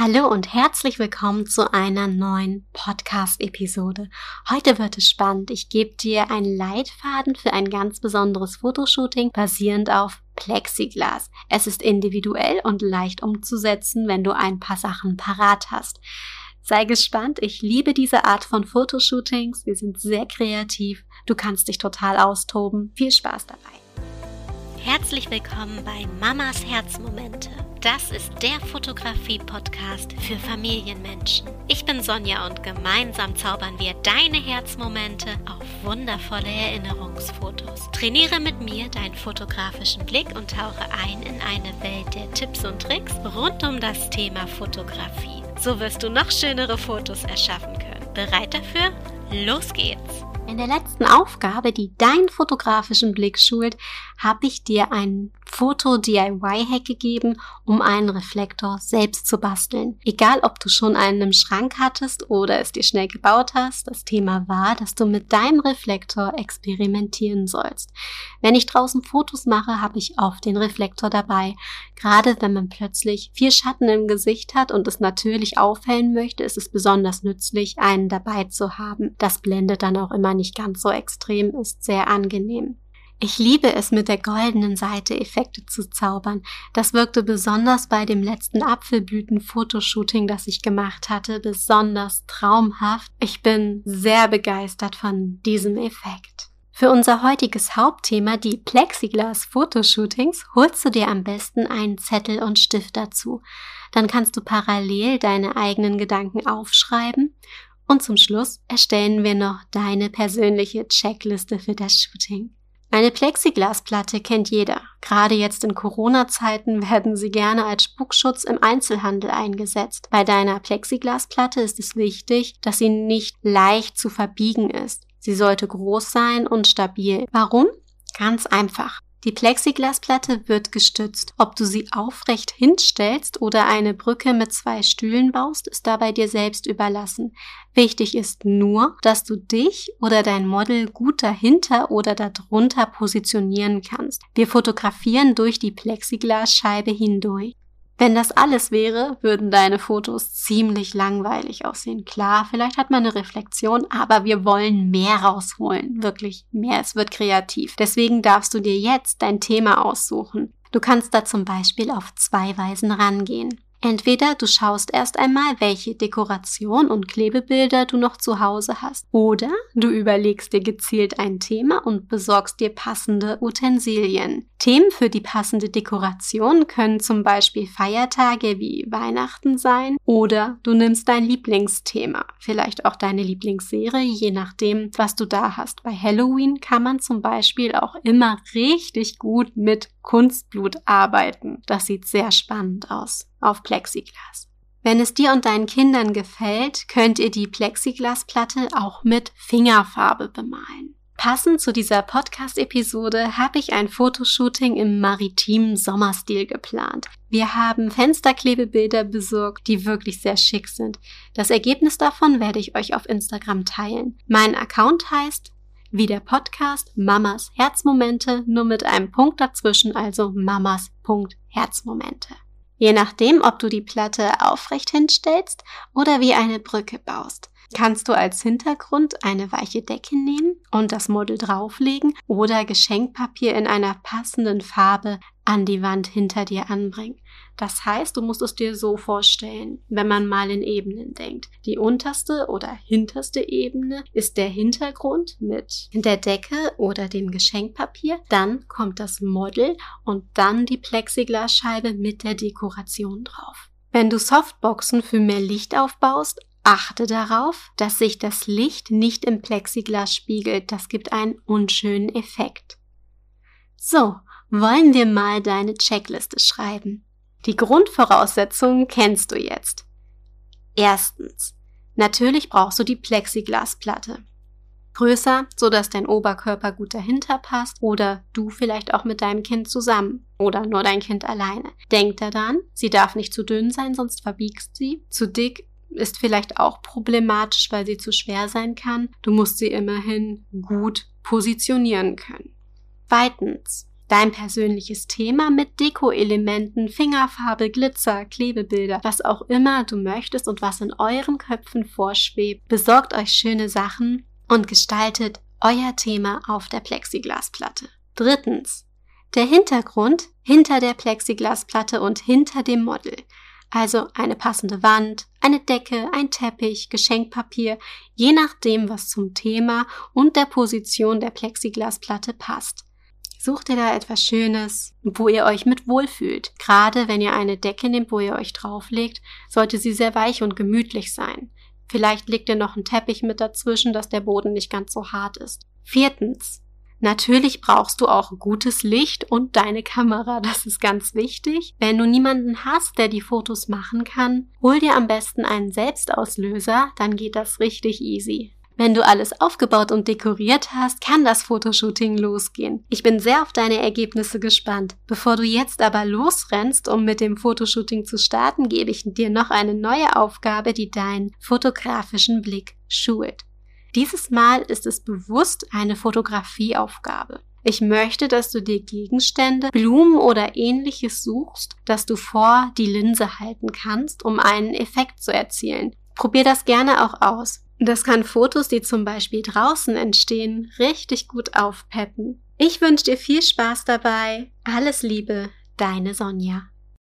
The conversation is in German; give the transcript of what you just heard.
Hallo und herzlich willkommen zu einer neuen Podcast-Episode. Heute wird es spannend. Ich gebe dir einen Leitfaden für ein ganz besonderes Fotoshooting basierend auf Plexiglas. Es ist individuell und leicht umzusetzen, wenn du ein paar Sachen parat hast. Sei gespannt, ich liebe diese Art von Fotoshootings. Sie sind sehr kreativ. Du kannst dich total austoben. Viel Spaß dabei. Herzlich willkommen bei Mamas Herzmomente. Das ist der Fotografie-Podcast für Familienmenschen. Ich bin Sonja und gemeinsam zaubern wir deine Herzmomente auf wundervolle Erinnerungsfotos. Trainiere mit mir deinen fotografischen Blick und tauche ein in eine Welt der Tipps und Tricks rund um das Thema Fotografie. So wirst du noch schönere Fotos erschaffen können. Bereit dafür? Los geht's! In der letzten Aufgabe, die deinen fotografischen Blick schult, habe ich dir einen Foto-DIY-Hack gegeben, um einen Reflektor selbst zu basteln. Egal, ob du schon einen im Schrank hattest oder es dir schnell gebaut hast, das Thema war, dass du mit deinem Reflektor experimentieren sollst. Wenn ich draußen Fotos mache, habe ich oft den Reflektor dabei. Gerade wenn man plötzlich viel Schatten im Gesicht hat und es natürlich aufhellen möchte, ist es besonders nützlich, einen dabei zu haben. Das blendet dann auch immer nicht ganz so extrem, ist sehr angenehm. Ich liebe es, mit der goldenen Seite Effekte zu zaubern. Das wirkte besonders bei dem letzten Apfelblüten-Fotoshooting, das ich gemacht hatte, besonders traumhaft. Ich bin sehr begeistert von diesem Effekt. Für unser heutiges Hauptthema, die Plexiglas-Fotoshootings, holst du dir am besten einen Zettel und Stift dazu. Dann kannst du parallel deine eigenen Gedanken aufschreiben. Und zum Schluss erstellen wir noch deine persönliche Checkliste für das Shooting. Eine Plexiglasplatte kennt jeder. Gerade jetzt in Corona-Zeiten werden sie gerne als Spuckschutz im Einzelhandel eingesetzt. Bei deiner Plexiglasplatte ist es wichtig, dass sie nicht leicht zu verbiegen ist. Sie sollte groß sein und stabil. Warum? Ganz einfach. Die Plexiglasplatte wird gestützt. Ob du sie aufrecht hinstellst oder eine Brücke mit 2 Stühlen baust, ist dabei dir selbst überlassen. Wichtig ist nur, dass du dich oder dein Model gut dahinter oder darunter positionieren kannst. Wir fotografieren durch die Plexiglasscheibe hindurch. Wenn das alles wäre, würden deine Fotos ziemlich langweilig aussehen. Klar, vielleicht hat man eine Reflexion, aber wir wollen mehr rausholen. Wirklich mehr, es wird kreativ. Deswegen darfst du dir jetzt dein Thema aussuchen. Du kannst da zum Beispiel auf 2 Weisen rangehen. Entweder du schaust erst einmal, welche Dekoration und Klebebilder du noch zu Hause hast. Oder du überlegst dir gezielt ein Thema und besorgst dir passende Utensilien. Themen für die passende Dekoration können zum Beispiel Feiertage wie Weihnachten sein. Oder du nimmst dein Lieblingsthema, vielleicht auch deine Lieblingsserie, je nachdem, was du da hast. Bei Halloween kann man zum Beispiel auch immer richtig gut mit Kunstblut arbeiten. Das sieht sehr spannend aus auf Plexiglas. Wenn es dir und deinen Kindern gefällt, könnt ihr die Plexiglasplatte auch mit Fingerfarbe bemalen. Passend zu dieser Podcast-Episode habe ich ein Fotoshooting im maritimen Sommerstil geplant. Wir haben Fensterklebebilder besorgt, die wirklich sehr schick sind. Das Ergebnis davon werde ich euch auf Instagram teilen. Mein Account heißt wie der Podcast Mamas Herzmomente, nur mit einem Punkt dazwischen, also mamas.herzmomente. Je nachdem, ob du die Platte aufrecht hinstellst oder wie eine Brücke baust, kannst du als Hintergrund eine weiche Decke nehmen und das Model drauflegen oder Geschenkpapier in einer passenden Farbe an die Wand hinter dir anbringen. Das heißt, du musst es dir so vorstellen, wenn man mal in Ebenen denkt. Die unterste oder hinterste Ebene ist der Hintergrund mit der Decke oder dem Geschenkpapier. Dann kommt das Model und dann die Plexiglasscheibe mit der Dekoration drauf. Wenn du Softboxen für mehr Licht aufbaust, achte darauf, dass sich das Licht nicht im Plexiglas spiegelt. Das gibt einen unschönen Effekt. So, wollen wir mal deine Checkliste schreiben. Die Grundvoraussetzungen kennst du jetzt. Erstens, natürlich brauchst du die Plexiglasplatte. Größer, sodass dein Oberkörper gut dahinter passt oder du vielleicht auch mit deinem Kind zusammen oder nur dein Kind alleine. Denk daran, sie darf nicht zu dünn sein, sonst verbiegst sie. Zu dick ist vielleicht auch problematisch, weil sie zu schwer sein kann. Du musst sie immerhin gut positionieren können. Zweitens, dein persönliches Thema mit Deko-Elementen, Fingerfarbe, Glitzer, Klebebilder, was auch immer du möchtest und was in euren Köpfen vorschwebt. Besorgt euch schöne Sachen und gestaltet euer Thema auf der Plexiglasplatte. 3. Der Hintergrund hinter der Plexiglasplatte und hinter dem Model. Also eine passende Wand, eine Decke, ein Teppich, Geschenkpapier, je nachdem, was zum Thema und der Position der Plexiglasplatte passt. Sucht ihr da etwas Schönes, wo ihr euch mit wohlfühlt. Gerade wenn ihr eine Decke nehmt, wo ihr euch drauflegt, sollte sie sehr weich und gemütlich sein. Vielleicht legt ihr noch einen Teppich mit dazwischen, dass der Boden nicht ganz so hart ist. 4. Natürlich brauchst du auch gutes Licht und deine Kamera, das ist ganz wichtig. Wenn du niemanden hast, der die Fotos machen kann, hol dir am besten einen Selbstauslöser, dann geht das richtig easy. Wenn du alles aufgebaut und dekoriert hast, kann das Fotoshooting losgehen. Ich bin sehr auf deine Ergebnisse gespannt. Bevor du jetzt aber losrennst, um mit dem Fotoshooting zu starten, gebe ich dir noch eine neue Aufgabe, die deinen fotografischen Blick schult. Dieses Mal ist es bewusst eine Fotografieaufgabe. Ich möchte, dass du dir Gegenstände, Blumen oder Ähnliches suchst, das du vor die Linse halten kannst, um einen Effekt zu erzielen. Probier das gerne auch aus. Das kann Fotos, die zum Beispiel draußen entstehen, richtig gut aufpeppen. Ich wünsche dir viel Spaß dabei. Alles Liebe, deine Sonja.